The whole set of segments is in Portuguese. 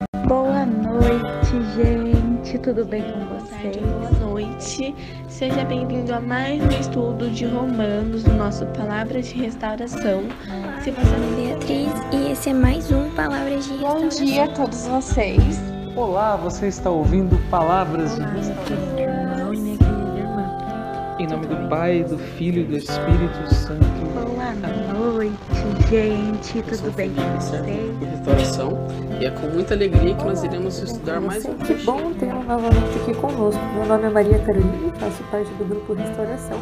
Boa noite, gente. Tudo bem com Boa vocês? tarde, boa noite. Seja bem-vindo a mais um estudo de Romanos do nosso Palavras de Restauração. Se você Meu nome é Beatriz e esse é mais um Palavras de Bom Restauração. dia a todos vocês. Olá, você está ouvindo Palavras de Olá, minha Restauração. querida irmã e minha querida irmã. Em nome do Pai, do Filho e do Espírito Santo. Boa noite, gente. Eu sou Tudo bem com Felipe, servo vocês? de Restauração, e é com muita alegria que nós iremos estudar mais um Que trecho. bom tê-lo novamente aqui conosco. Meu nome é Maria Carolina e faço parte do grupo Restauração.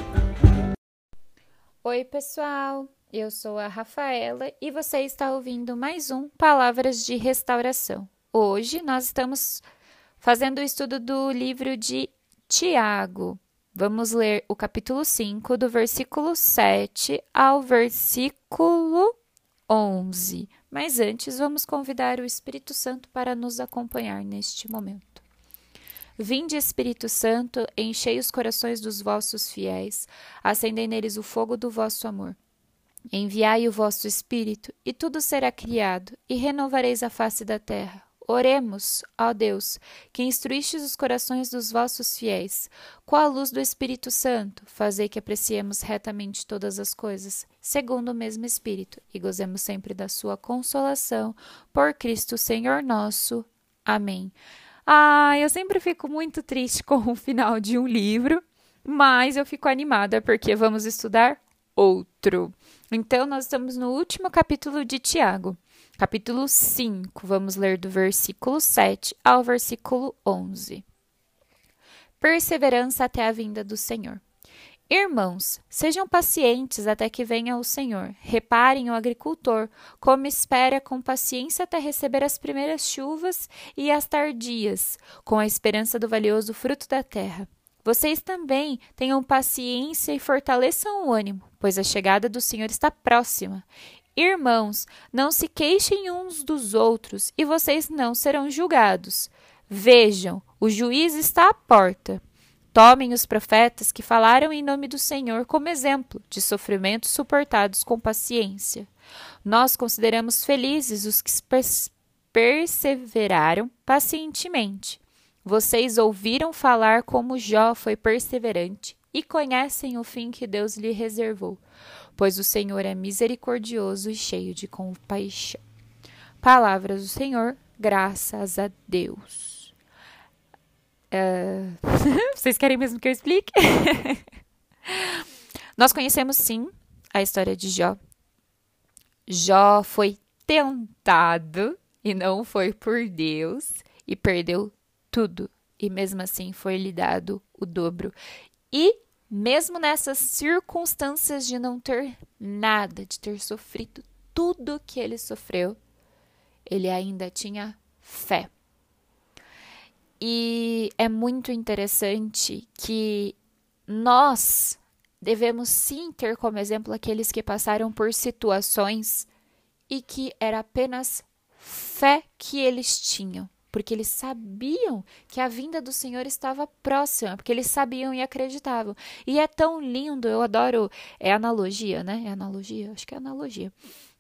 Oi, pessoal! Eu sou a Rafaela e você está ouvindo mais um Palavras de Restauração. Hoje nós estamos fazendo o estudo do livro de Tiago. Vamos ler o capítulo 5, do versículo 7 ao versículo 11. Mas antes, vamos convidar o Espírito Santo para nos acompanhar neste momento. Vinde, Espírito Santo, enchei os corações dos vossos fiéis, acendei neles o fogo do vosso amor. Enviai o vosso Espírito, e tudo será criado, e renovareis a face da terra. Oremos, ó Deus, que instruístes os corações dos vossos fiéis. Com a luz do Espírito Santo, fazei que apreciemos retamente todas as coisas, segundo o mesmo Espírito, e gozemos sempre da sua consolação, por Cristo Senhor nosso. Amém. Eu sempre fico muito triste com o final de um livro, mas eu fico animada porque vamos estudar outro. Então, nós estamos no último capítulo de Tiago, capítulo 5. Vamos ler do versículo 7 ao versículo 11. Perseverança até a vinda do Senhor. Irmãos, sejam pacientes até que venha o Senhor. Reparem o agricultor, como espera com paciência até receber as primeiras chuvas e as tardias, com a esperança do valioso fruto da terra. Vocês também tenham paciência e fortaleçam o ânimo, pois a chegada do Senhor está próxima. Irmãos, não se queixem uns dos outros, e vocês não serão julgados. Vejam, o juiz está à porta. Tomem os profetas que falaram em nome do Senhor como exemplo de sofrimentos suportados com paciência. Nós consideramos felizes os que perseveraram pacientemente. Vocês ouviram falar como Jó foi perseverante e conhecem o fim que Deus lhe reservou, pois o Senhor é misericordioso e cheio de compaixão. Palavras do Senhor, graças a Deus. Vocês querem mesmo que eu explique? Nós conhecemos sim a história de Jó. Jó foi tentado e não foi por Deus e perdeu tudo, e mesmo assim foi-lhe dado o dobro. E mesmo nessas circunstâncias de não ter nada, de ter sofrido tudo que ele sofreu, ele ainda tinha fé. E é muito interessante que nós devemos sim ter como exemplo aqueles que passaram por situações e que era apenas fé que eles tinham. Porque eles sabiam que a vinda do Senhor estava próxima, porque eles sabiam e acreditavam. E é tão lindo, eu adoro, é analogia, né? É analogia? Acho que é analogia.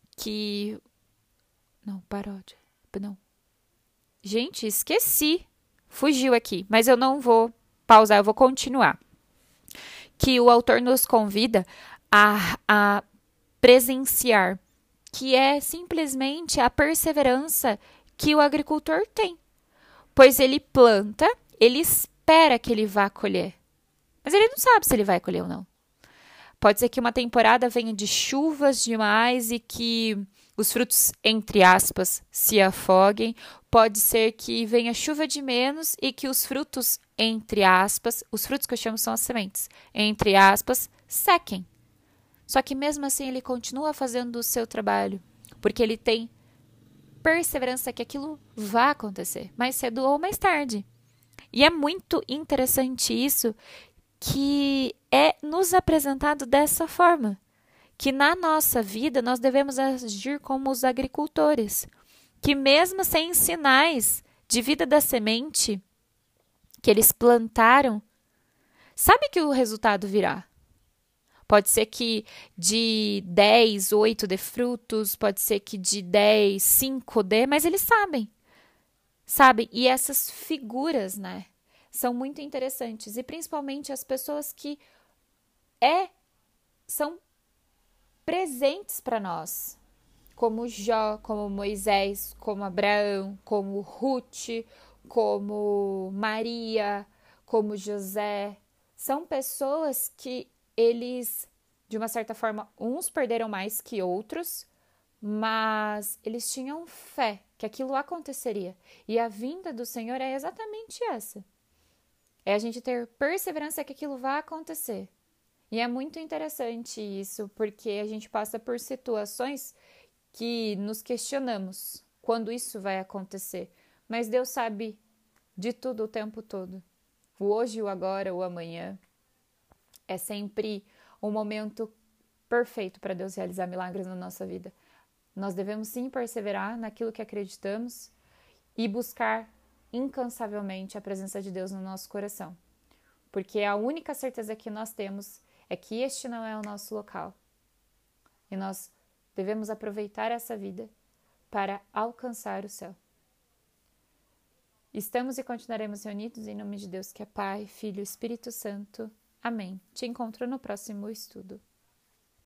Não, paródia. Não. Gente, esqueci. Fugiu aqui, mas eu não vou pausar, eu vou continuar. Que o autor nos convida a presenciar, que é simplesmente a perseverança que o agricultor tem. Pois ele planta, ele espera que ele vá colher. Mas ele não sabe se ele vai colher ou não. Pode ser que uma temporada venha de chuvas demais e que os frutos, entre aspas, se afoguem. Pode ser que venha chuva de menos e que os frutos, entre aspas, os frutos que eu chamo são as sementes, entre aspas, sequem. Só que mesmo assim ele continua fazendo o seu trabalho, porque ele tem perseverança que aquilo vai acontecer, mais cedo ou mais tarde. E é muito interessante isso, que é nos apresentado dessa forma, que na nossa vida nós devemos agir como os agricultores, que mesmo sem sinais de vida da semente que eles plantaram, sabe que o resultado virá. Pode ser que de 10, 8 dê frutos, pode ser que de 10, 5 dê, mas eles sabem. Sabe? E essas figuras, né? São muito interessantes. E principalmente as pessoas que são presentes para nós. Como Jó, como Moisés, como Abraão, como Ruth, como Maria, como José. São pessoas que eles, de uma certa forma, uns perderam mais que outros, mas eles tinham fé que aquilo aconteceria. E a vinda do Senhor é exatamente essa. É a gente ter perseverança que aquilo vai acontecer. E é muito interessante isso, porque a gente passa por situações que nos questionamos quando isso vai acontecer. Mas Deus sabe de tudo o tempo todo. O hoje, o agora, o amanhã. É sempre um momento perfeito para Deus realizar milagres na nossa vida. Nós devemos sim perseverar naquilo que acreditamos e buscar incansavelmente a presença de Deus no nosso coração. Porque a única certeza que nós temos é que este não é o nosso local. E nós devemos aproveitar essa vida para alcançar o céu. Estamos e continuaremos reunidos em nome de Deus, que é Pai, Filho e Espírito Santo. Amém. Te encontro no próximo estudo.